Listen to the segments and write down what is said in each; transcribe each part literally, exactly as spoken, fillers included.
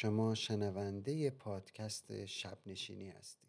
شما شنونده پادکست شب نشینی هستید.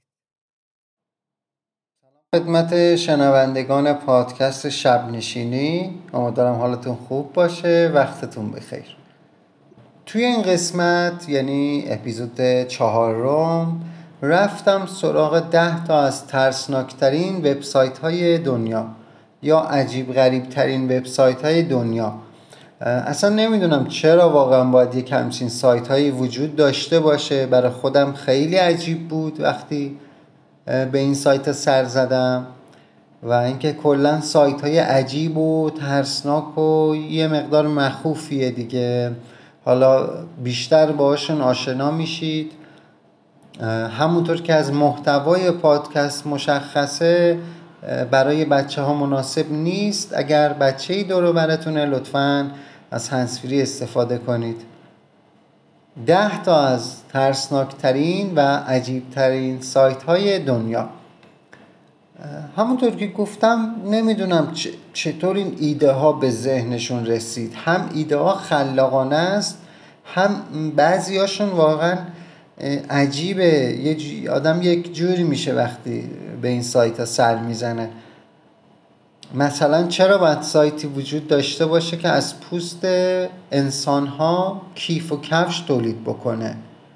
خدمت شنوندگان پادکست شب نشینی، امیدوارم حالتون خوب باشه، وقتتون بخیر. توی این قسمت یعنی اپیزود چهارم رفتم سراغ ده تا از ترسناکترین وبسایت های دنیا یا عجیب غریب ترین وبسایت های دنیا. اصلا نمیدونم چرا واقعا باید یک همچین سایت هایی وجود داشته باشه. برای خودم خیلی عجیب بود وقتی به این سایت سر زدم و اینکه کلا سایت های عجیب و ترسناک و یه مقدار مخوفیه دیگه. حالا بیشتر باشون آشنا میشید. همونطور که از محتوای پادکست مشخصه برای بچه ها مناسب نیست. اگر بچه‌ای دور و براتونه لطفاً از هندزفری استفاده کنید. ده تا از ترسناکترین و عجیبترین سایت های دنیا. همونطور که گفتم نمیدونم چطور این ایده ها به ذهنشون رسید. هم ایده ها خلاقانه است، هم بعضی هاشون واقعا عجیبه. یه ج... آدم یک جوری میشه وقتی به این سایت ها سر میزنه. مثلا چرا باید سایتی وجود داشته باشه که از پوست انسان ها کیف و کفش تولید بکنه؟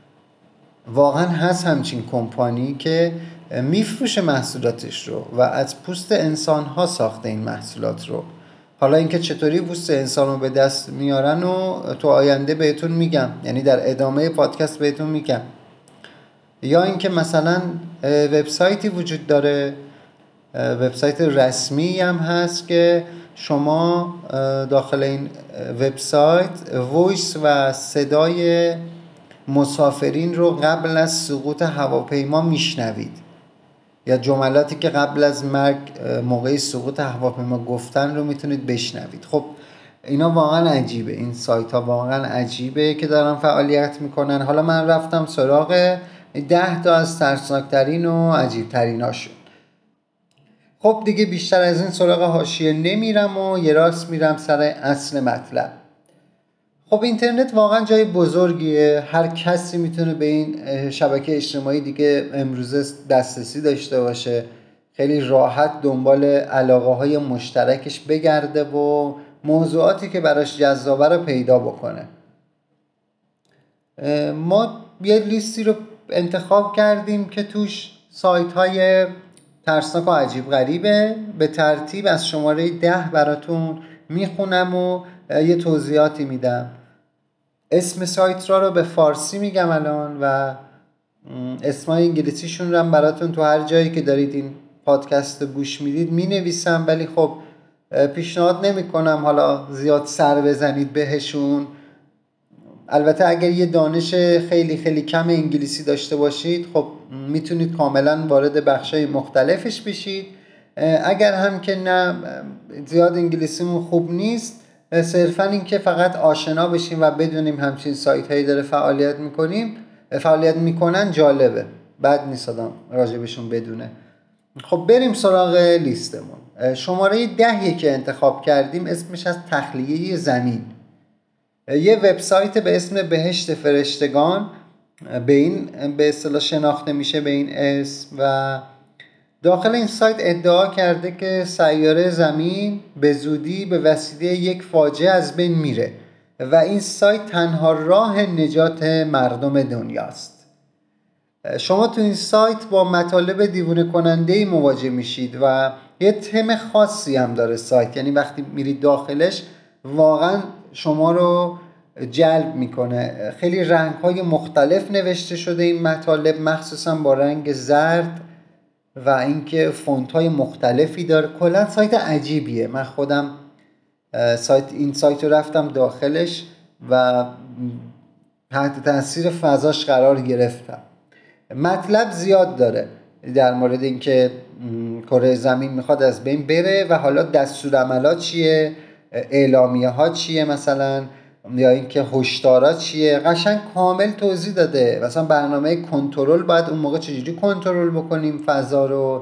واقعا هست همچین کمپانی که میفروشه محصولاتش رو و از پوست انسان ها ساخته این محصولات رو. حالا اینکه چطوری پوست انسان رو به دست میارن و تو آینده بهتون میگم، یعنی در ادامه پادکست بهتون میگم. یا اینکه مثلا وبسایتی وجود داره، وبسایت رسمی هم هست که شما داخل این وبسایت وایس و صدای مسافرین رو قبل از سقوط هواپیما میشنوید، یا جملاتی که قبل از مرگ موقع سقوط هواپیما گفتن رو میتونید بشنوید. خب اینا واقعا عجیبه. این سایت ها واقعا عجیبه که دارن فعالیت میکنن. حالا من رفتم سراغ ده تا از ترسناکترین و عجیبترین هاشون. خب دیگه بیشتر از این سراغ حاشیه نمیرم و یه راست میرم سر اصل مطلب. خب اینترنت واقعا جای بزرگیه. هر کسی میتونه به این شبکه اجتماعی دیگه امروزه دسترسی داشته باشه، خیلی راحت دنبال علاقه های مشترکش بگرده و موضوعاتی که براش جذابه رو پیدا بکنه. ما یه لیستی رو انتخاب کردیم که توش سایت های ترسناک و عجیب غریبه. به ترتیب از شماره ده براتون میخونم و یه توضیحاتی میدم. اسم سایت را رو به فارسی میگم الان و اسمای انگلیسیشون رو هم براتون تو هر جایی که دارید این پادکست رو گوش میدید مینویسم، ولی خب پیشنهاد نمی کنم حالا زیاد سر بزنید بهشون. البته اگر یه دانش خیلی خیلی کم انگلیسی داشته باشید خب میتونید کاملا وارد بخشای مختلفش بشید. اگر هم که نه زیاد انگلیسیمون خوب نیست، صرفا این که فقط آشنا بشیم و بدونیم همچین سایت هایی داره فعالیت میکنیم فعالیت میکنن جالبه. بد نیست آدم راجبشون بدونه. خب بریم سراغ لیستمون. شماره دهی که انتخاب کردیم اسمش از تخلیه زمین. یه وبسایت به اسم بهشت فرشتگان به این به اصطلاح شناخته میشه به این اسم، و داخل این سایت ادعا کرده که سیاره زمین به زودی به وسیله یک فاجعه از بین میره و این سایت تنها راه نجات مردم دنیاست. شما تو این سایت با مطالب دیوونه کننده‌ای مواجه میشید و یه تم خاصی هم داره سایت، یعنی وقتی میرید داخلش واقعا شما رو جلب میکنه. خیلی رنگ‌های مختلف نوشته شده این مطالب، مخصوصا با رنگ زرد و اینکه فونت‌های مختلفی داره. کلا سایت عجیبیه. من خودم سایت این سایت رو رفتم داخلش و تحت تاثیر فضاش قرار گرفتم. مطلب زیاد داره در مورد اینکه کره زمین میخواد از بین بره و حالا دستورالعملات چیه، اعلامیه ها چیه مثلا، یا اینکه هشدارا چیه. قشنگ کامل توضیح داده. مثلا برنامه کنترل باید اون موقع چجوری کنترل بکنیم فضا رو،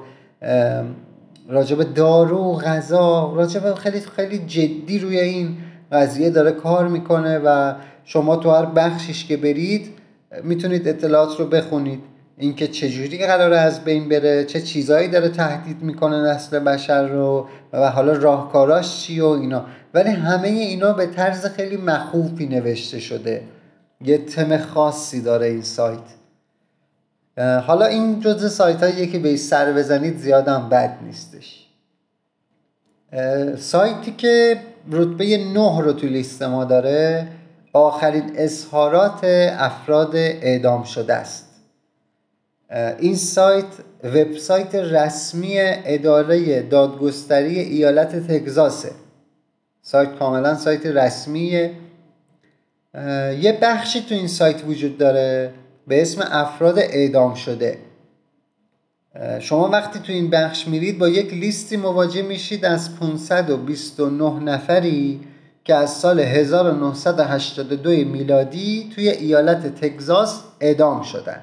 راجب دارو و غذا، راجب خیلی خیلی جدی روی این قضیه داره کار میکنه و شما تو هر بخشش که برید میتونید اطلاعات رو بخونید، اینکه چجوری قراره از بین بره، چه چیزایی داره تهدید میکنه نسل بشر رو و حالا راهکاراش چی و اینا. ولی همه اینا به طرز خیلی مخوفی نوشته شده، یه تم خاصی داره این سایت. حالا این جزء سایت هاییه که به سر بزنید زیادم بد نیستش. سایتی که رتبه نه رو تو لیست ما داره آخرین اظهارات افراد اعدام شده است. این سایت وبسایت رسمی اداره دادگستری ایالت تگزاسه. سایت کاملا سایت رسمیه. یه بخشی تو این سایت وجود داره به اسم افراد اعدام شده. شما وقتی تو این بخش میرید با یک لیستی مواجه میشید از پانصد و بیست و نه نفری که از سال هزار و نهصد و هشتاد و دو میلادی توی ایالت تگزاس اعدام شدن.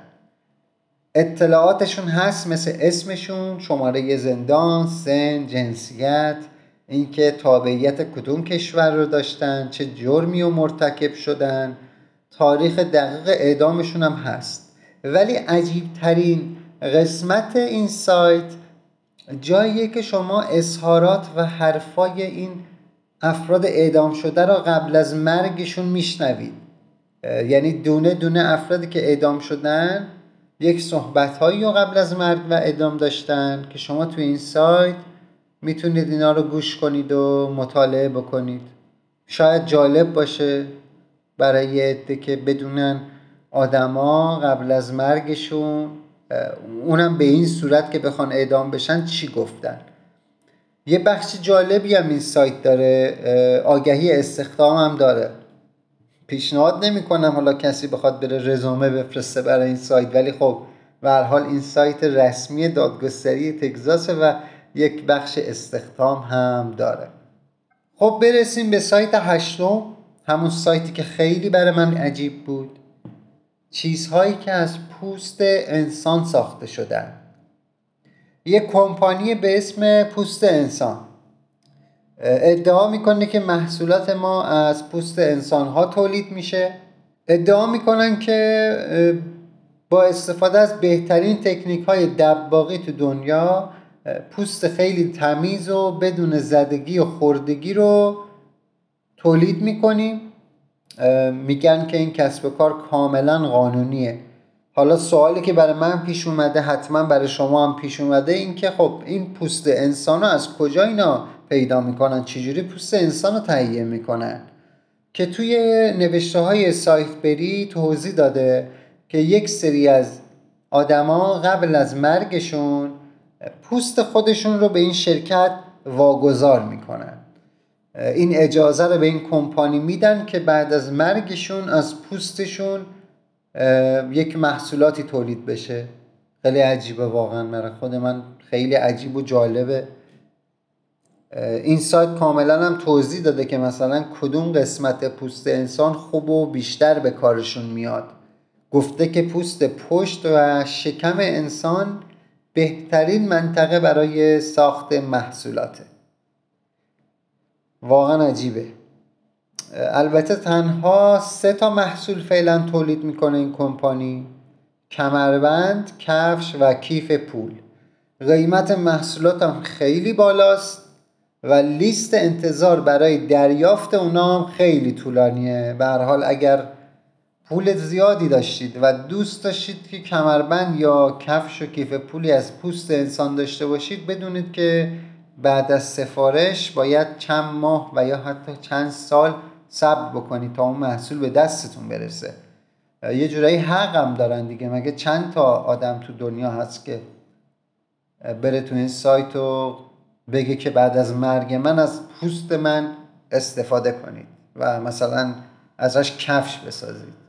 اطلاعاتشون هست، مثل اسمشون، شماره زندان، سن، جنسیت، اینکه تابعیت کدوم کشور رو داشتن، چه جرمی رو مرتکب شدن، تاریخ دقیق اعدامشون هم هست. ولی عجیب ترین قسمت این سایت جاییه که شما اظهارات و حرفای این افراد اعدام شده رو قبل از مرگشون میشنوید. یعنی دونه دونه افرادی که اعدام شدن یک صحبت‌هایی رو قبل از مرگ و اعدام داشتن که شما تو این سایت میتونید اینا رو گوش کنید و مطالعه بکنید. شاید جالب باشه برای عده که بدونن آدما قبل از مرگشون، اونم به این صورت که بخوان اعدام بشن، چی گفتن. یه بخش جالبی هم این سایت داره، آگهی استخدام هم داره. پیشنهاد نمی کنم حالا کسی بخواد بره رزومه بفرسته برای این سایت، ولی خب به هر حال این سایت رسمی دادگستری تگزاس و یک بخش استخدام هم داره. خب برسیم به سایت هشتم، همون سایتی که خیلی برای من عجیب بود. چیزهایی که از پوست انسان ساخته شدن. یک کمپانی به اسم پوست انسان ادعا میکنه که محصولات ما از پوست انسان ها تولید میشه. ادعا میکنن که با استفاده از بهترین تکنیک های دباغی تو دنیا پوست خیلی تمیز و بدون زدگی و خوردگی رو تولید میکنیم. میگن که این کسب و کار کاملا قانونیه. حالا سوالی که برای من پیش اومده، حتما برای شما هم پیش اومده، این که خب این پوست انسان از کجا اینا پیدا میکنن؟ چجوری پوست انسان رو تهیه میکنن؟ که توی نوشته های سایت بری توضیح داده که یک سری از آدما قبل از مرگشون پوست خودشون رو به این شرکت واگذار میکنن. این اجازه رو به این کمپانی میدن که بعد از مرگشون از پوستشون یک محصولاتی تولید بشه. خیلی عجیبه واقعا، برای خود من خیلی عجیب و جالبه. این سایت کاملا هم توضیح داده که مثلا کدوم قسمت پوست انسان خوب و بیشتر به کارشون میاد. گفته که پوست پشت و شکم انسان بهترین منطقه برای ساخت محصولاته. واقعا عجیبه. البته تنها سه تا محصول فعلا تولید میکنه این کمپانی: کمربند، کفش و کیف پول. قیمت محصولات هم خیلی بالاست و لیست انتظار برای دریافت اونا هم خیلی طولانیه. به هر حال اگر پول زیادی داشتید و دوست داشتید که کمربند یا کفش و کیف پولی از پوست انسان داشته باشید، بدونید که بعد از سفارش باید چند ماه و یا حتی چند سال صبر بکنید تا اون محصول به دستتون برسه. یه جورایی حق هم دارن دیگه، مگه چند تا آدم تو دنیا هست که بره تو این سایت و بگه که بعد از مرگ من از پوست من استفاده کنید و مثلا ازش کفش بسازید.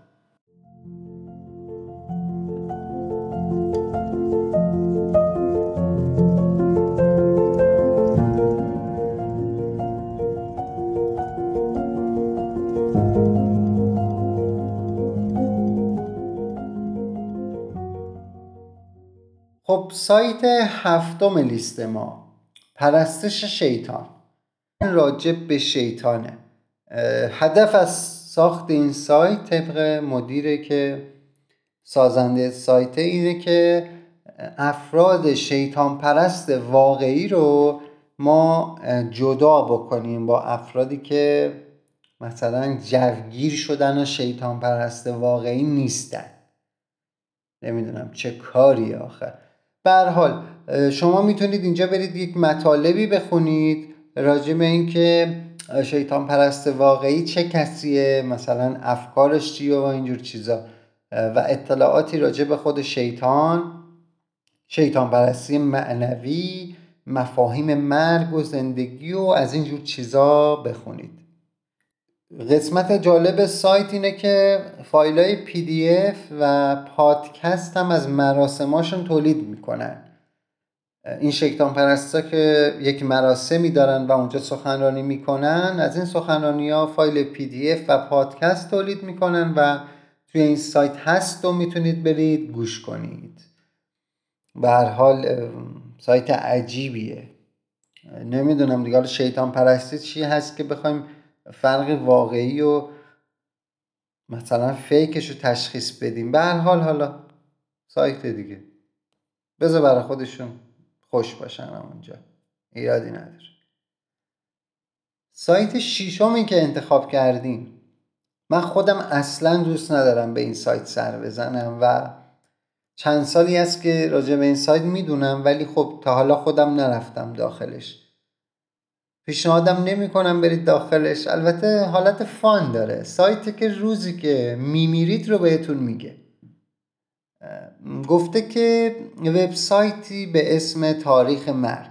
خب سایت هفتم لیست ما، پرستش شیطان. راجب به شیطانه. هدف از ساخت این سایت طبق مدیره که سازنده سایت اینه که افراد شیطان پرست واقعی رو ما جدا بکنیم با افرادی که مثلا جوگیر شدن و شیطان پرست واقعی نیستن. نمیدونم چه کاری آخه. به هر حال شما میتونید اینجا برید یک مطالبی بخونید راجع به این که شیطان پرست واقعی چه کسیه، مثلا افکارش چیه و اینجور چیزا، و اطلاعاتی راجع به خود شیطان، شیطان پرستی معنوی، مفاهیم مرگ و زندگی و از اینجور چیزا بخونید. قسمت جالب سایت اینه که فایلای پی دی اف و پادکست هم از مراسماشون تولید میکنن. این شیطان پرستا که یک مراسمی دارن و اونجا سخنرانی میکنن، از این سخنرانی ها فایل پی دی اف و پادکست تولید میکنن و توی این سایت هست و میتونید برید گوش کنید. به هر حال سایت عجیبیه. نمیدونم دیگه شیطان پرستی چی هست که بخوایم فرق واقعی و مثلا فیکش رو تشخیص بدیم. به هر حال حالا سایت دیگه، بذار برای خودشون خوش باشن اونجا، ایرادی نداره. سایت شیشمی که انتخاب کردیم، من خودم اصلا دوست ندارم به این سایت سر بزنم و چند سالی است که راجع به این سایت میدونم، ولی خب تا حالا خودم نرفتم داخلش. پیشنهادم نمی کنم برید داخلش. البته حالت فان داره. سایتی که روزی که میمیرید رو بهتون میگه. گفته که وبسایتی به اسم تاریخ مرگ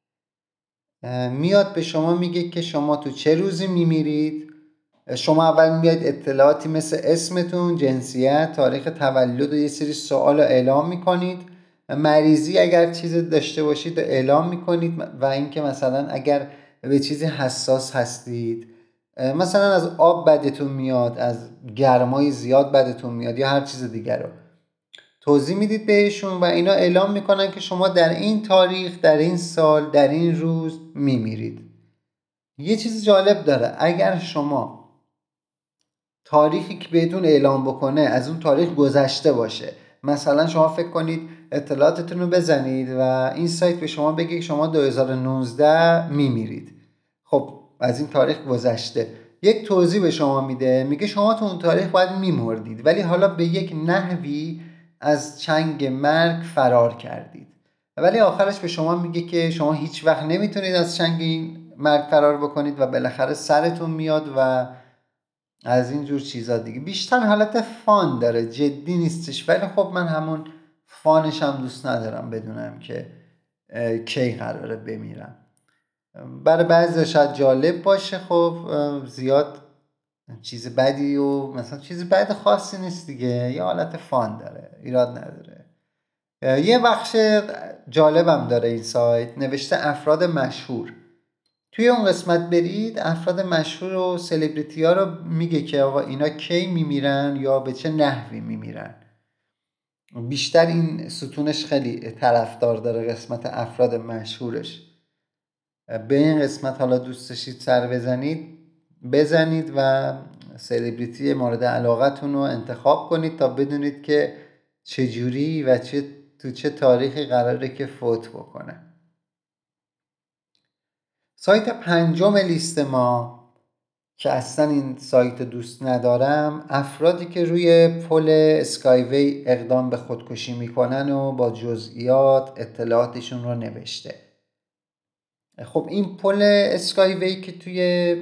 میاد به شما میگه که شما تو چه روزی میمیرید. شما اول میاد اطلاعاتی مثل اسمتون، جنسیت، تاریخ تولد و یه سری سوال اعلام میکنید. مریضی اگر چیزی داشته باشید اعلام میکنید و اینکه مثلا اگر به چیزی حساس هستید، مثلا از آب بدتون میاد، از گرمای زیاد بدتون میاد یا هر چیز دیگر رو توضیح میدید بهشون و اینا اعلام میکنن که شما در این تاریخ، در این سال، در این روز میمیرید. یه چیز جالب داره، اگر شما تاریخی که بهتون اعلام بکنه از اون تاریخ گذشته باشه، مثلا شما فکر کنید اطلاعاتتون رو بزنید و این سایت به شما بگه که شما دو هزار و نوزده میمیرید، خب از این تاریخ گذشته، یک توضیح به شما میده، میگه شما تو اون تاریخ باید میمردید ولی حالا به یک نحوی از چنگ مرگ فرار کردید، ولی آخرش به شما میگه که شما هیچ وقت نمیتونید از چنگ این مرگ فرار بکنید و بالاخره سرتون میاد و از این جور چیزا دیگه. بیشتر حالت فان داره، جدی نیستش، ولی خب من همون فانش هم دوست ندارم بدونم که کی قراره بمیرم. برای بعضی شاید جالب باشه، خب زیاد چیز بدی و مثلا چیز بد خاصی نیست دیگه، یه حالت فان داره، ایراد نداره. یه بخش جالبم داره این سایت، نوشته افراد مشهور. توی اون قسمت برید افراد مشهور و سلبریتی ها رو میگه که آقا اینا کی میمیرن یا به چه نحوی میمیرن. بیشتر این ستونش خیلی طرفدار داره، قسمت افراد مشهورش. به این قسمت حالا دوست داشتید سر بزنید بزنید و سلبریتی مورد علاقتون رو انتخاب کنید تا بدونید که چجوری و چه تو چه تاریخی قراره که فوت بکنه. سایت پنجم لیست ما که اصلا این سایت دوست ندارم، افرادی که روی پل اسکایوی اقدام به خودکشی میکنن و با جزئیات اطلاعاتشون رو نوشته. خب این پل اسکایوی که توی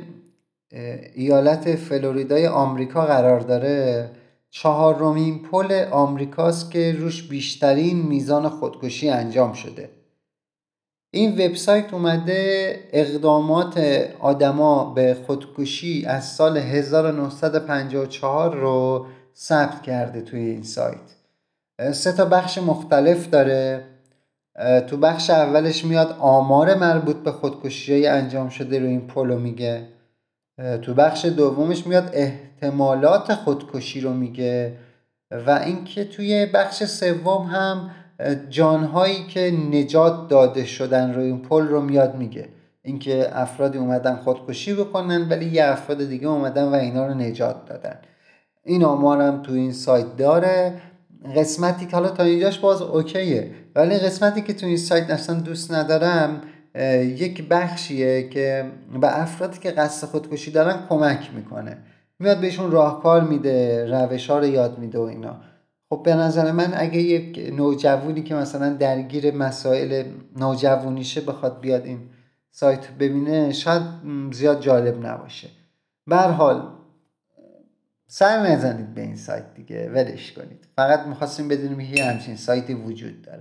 ایالت فلوریدای آمریکا قرار داره، چهارمین پل آمریکاست که روش بیشترین میزان خودکشی انجام شده. این وبسایت اومده اقدامات آدما به خودکشی از سال هزار و نهصد و پنجاه و چهار رو ثبت کرده توی این سایت. سه تا بخش مختلف داره. تو بخش اولش میاد آمار مربوط به خودکشی‌های انجام شده رو این پلو میگه. تو بخش دومش میاد احتمالات خودکشی رو میگه و اینکه توی بخش سوم هم جانهایی که نجات داده شدن روی این پل رو میاد میگه، اینکه افرادی اومدن خودکشی بکنن ولی یه افراد دیگه اومدن و اینا رو نجات دادن. این آمار هم تو این سایت داره. قسمتی که حالا تا اینجاش باز اوکیه، ولی قسمتی که تو این سایت اصلا دوست ندارم یک بخشیه که به افرادی که قصد خودکشی دارن کمک میکنه، میاد بهشون راهکار میده، روش ها رو یاد میده و اینا. خب به نظر من اگه یک نوجوانی که مثلا درگیر مسائل نوجوانیشه بخواد بیاد این سایت ببینه، شاید زیاد جالب نباشه. به هر حال سر نزنید به این سایت دیگه، ولش کنید. فقط میخواستیم بدونیم یه همچین سایتی وجود داره.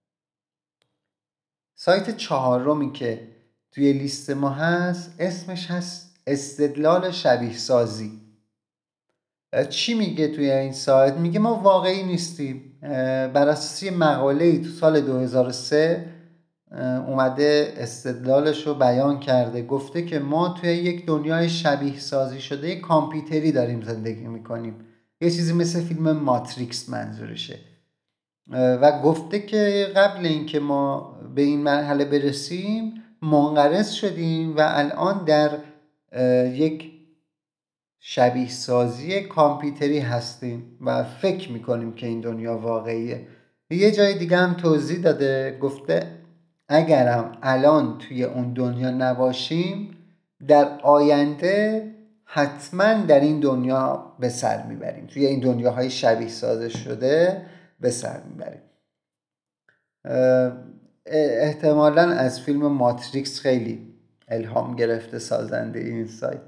سایت چهارمی که توی لیست ما هست اسمش هست استدلال شبیه سازی. چی میگه توی این سایت؟ میگه ما واقعی نیستیم. بر اساس یه مقاله‌ای تو سال دو هزار و سه اومده استدلالش رو بیان کرده، گفته که ما توی یک دنیای شبیه سازی شده یک کامپیوتری داریم زندگی میکنیم، یه چیزی مثل فیلم ماتریکس منظورشه. و گفته که قبل اینکه ما به این مرحله برسیم منقرض شدیم و الان در یک شبیه سازی کامپیوتری هستیم و فکر میکنیم که این دنیا واقعیه. یه جای دیگه هم توضیح داده، گفته اگرم الان توی اون دنیا نباشیم در آینده حتما در این دنیا به سر میبریم، توی این دنیاهای شبیه سازی شده به سر میبریم. احتمالاً از فیلم ماتریکس خیلی الهام گرفته سازنده این سایت.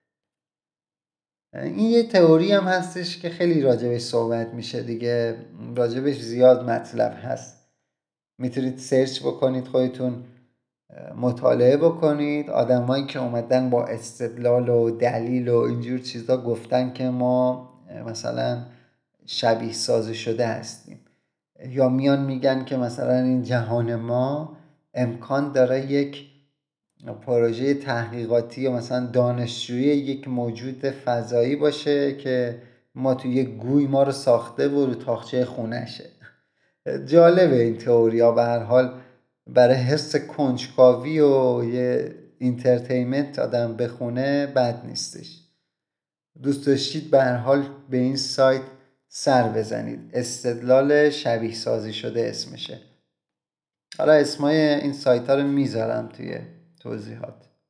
این یه تئوری هم هستش که خیلی راجبش صحبت میشه دیگه، راجبش زیاد مطلب هست، میتونید سرچ بکنید، خودتون مطالعه بکنید. آدمایی که اومدن با استدلال و دلیل و اینجور چیزا گفتن که ما مثلا شبیه سازی شده هستیم، یا میان میگن که مثلا این جهان ما امکان داره یک پروژه تحقیقاتی یا مثلا دانشجویی یک موجود فضایی باشه که ما تو یک گوی ما رو ساخته و رو تاقچه خونشه. جالبه این تئوریا. به هر حال برای حس کنجکاوی و یه اینترتینمنت آدم بخونه بد نیستش. دوست داشتید به هر حال به این سایت سر بزنید. استدلال شبیه سازی شده اسمشه. حالا اسمای این سایت ها رو میذارم توی توضیحات.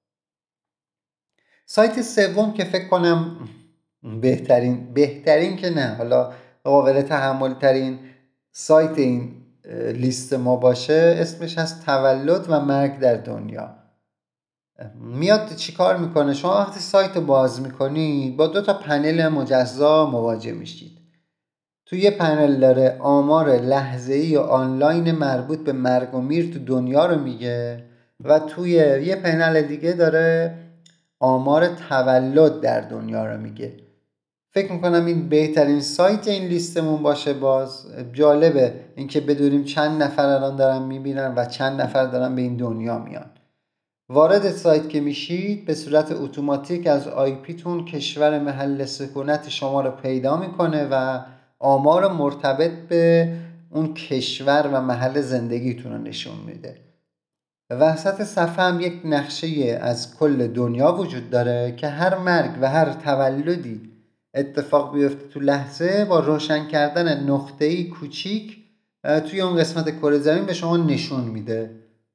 سایت سوم که فکر کنم بهترین بهترین که نه، حالا قابل تحمل ترین سایت این لیست ما باشه، اسمش هست تولد و مرگ در دنیا. میاد چی کار میکنه؟ شما وقتی سایت رو باز میکنید با دو تا پنل مجزا مواجه میشید. توی یه پنل داره آمار لحظه‌ای و آنلاین مربوط به مرگ و میر تو دنیا رو میگه و توی یه پنل دیگه داره آمار تولد در دنیا رو میگه. فکر میکنم این بهترین سایت این لیستمون باشه. باز جالبه اینکه بدونیم چند نفر الان دارن میبینن و چند نفر دارن به این دنیا میان. وارد سایت که میشید به صورت اتوماتیک از آی پیتون کشور محل سکونت شما رو پیدا میکنه و آمار مرتبط به اون کشور و محل زندگیتون رو نشون میده. وسط صفحه هم یک نقشه از کل دنیا وجود داره که هر مرگ و هر تولدی اتفاق بیفته تو لحظه با روشن کردن نقطه‌ای کوچیک توی اون قسمت کره زمین به شما نشون میده.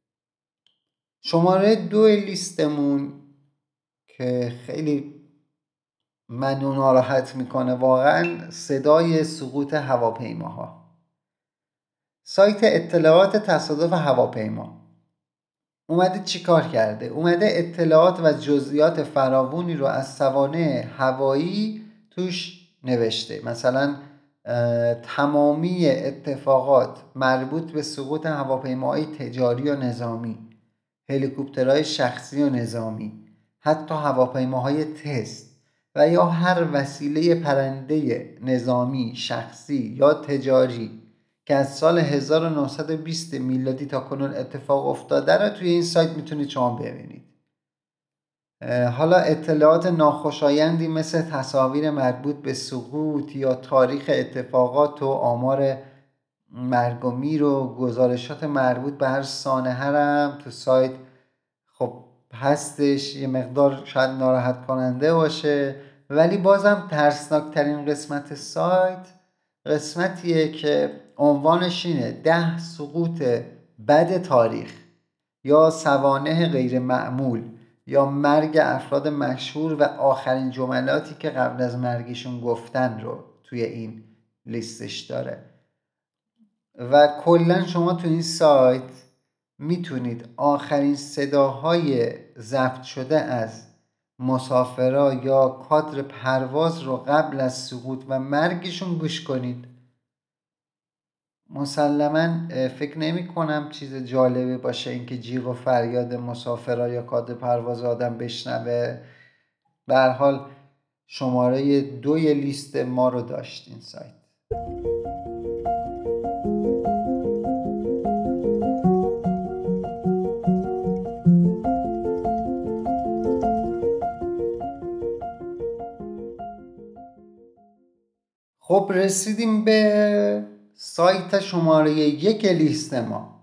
شماره دو لیستمون که خیلی منو ناراحت میکنه واقعا، صدای سقوط هواپیماها. سایت اطلاعات تصادف هواپیما اومده چی کار کرده؟ اومده اطلاعات و جزئیات فراوانی رو از سوانح هوایی توش نوشته. مثلا تمامی اتفاقات مربوط به سقوط هواپیماهای تجاری و نظامی، هلیکوپترهای شخصی و نظامی، حتی هواپیماهای تست و یا هر وسیله پرنده نظامی شخصی یا تجاری که از سال هزار و نهصد و بیست میلادی تا کنون اتفاق افتاده رو توی این سایت میتونید شما ببینید. حالا اطلاعات ناخوشایندی مثل تصاویر مربوط به سقوط یا تاریخ اتفاقات و آمار مرگ و میر و گزارشات مربوط به هر سانحه هم تو سایت خب هستش. یه مقدار شاید ناراحت کننده باشه، ولی بازم ترسناک ترین قسمت سایت قسمتیه که عنوانش اینه ده سقوط بد تاریخ یا سوانح غیر معمول یا مرگ افراد مشهور و آخرین جملاتی که قبل از مرگشون گفتن رو توی این لیستش داره. و کلا شما تو این سایت میتونید آخرین صداهای ضبط شده از مسافرها یا کادر پرواز رو قبل از سقوط و مرگشون گوش کنید. مسلما فکر نمی کنم چیز جالبی باشه اینکه جیغ و فریاد مسافرها یا کادر پرواز آدم بشنوه. به هر حال شماره دوی لیست ما رو داشت این سایت. خب رسیدیم به سایت شماره یک لیست ما،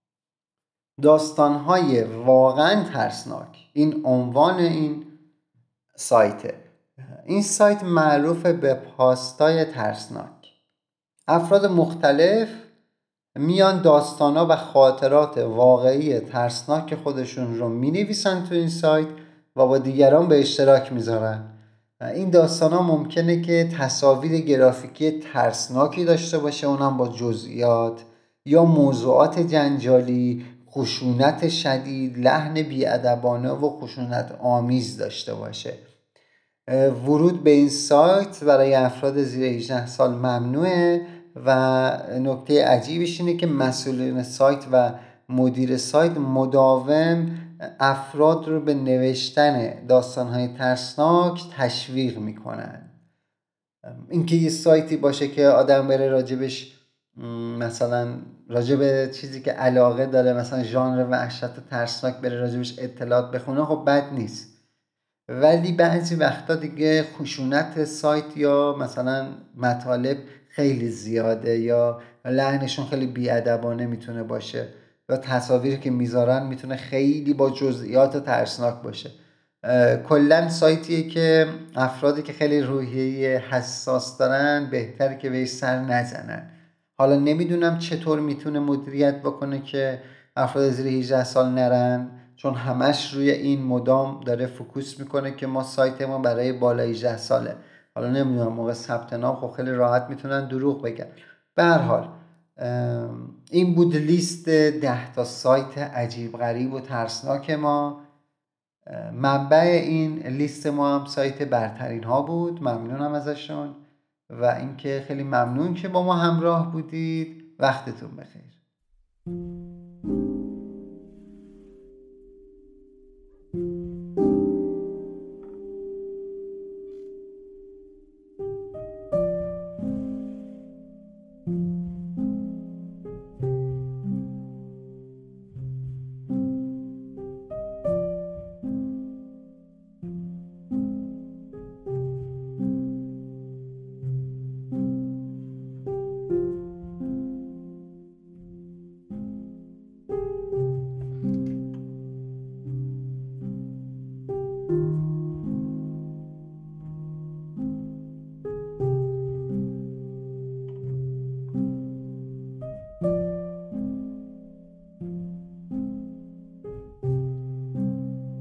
داستانهای واقعا ترسناک. این عنوان این سایته. این سایت معروف به پاستای ترسناک. افراد مختلف میان داستانا و خاطرات واقعی ترسناک خودشون رو می نویسن تو این سایت و با دیگران به اشتراک میذارن. این داستانا ممکنه که تصاویر گرافیکی ترسناکی داشته باشه، اونم با جزئیات، یا موضوعات جنجالی، خشونت شدید، لحن بی‌ادبانه و خشونت آمیز داشته باشه. ورود به این سایت برای افراد زیر هجده سال ممنوعه و نکته عجیبش اینه که مسئولین سایت و مدیر سایت مداوم افراد رو به نوشتن داستان‌های ترسناک تشویق میکنن. اینکه یه سایتی باشه که آدم بره راجبش مثلا راجب چیزی که علاقه داره، مثلا ژانر وحشت ترسناک، بره راجبش اطلاعات بخونه، خب بد نیست. ولی بعضی وقتا دیگه خشونت سایت یا مثلا مطالب خیلی زیاده یا لحنشون خیلی بی‌ادبانه میتونه باشه یا تصاویری که میذارن میتونه خیلی با جزئیات ترسناک باشه. کلا سایتیه که افرادی که خیلی روحیه حساس دارن بهتره که بهش سر نزنن. حالا نمیدونم چطور میتونه مدیریت بکنه که افراد زیر هجده سال نرن، چون همش روی این مدام داره فوکوس میکنه که ما سایت ما برای بالای هجده ساله. حالا نمیدونم موقع ثبت نام خب خیلی راحت میتونن دروغ بگن. به هر حال این بود لیست ده تا سایت عجیب غریب و ترسناک ما. منبع این لیست ما هم سایت برترین ها بود. ممنونم ازشون و اینکه خیلی ممنون که با ما همراه بودید. وقتتون بخیر.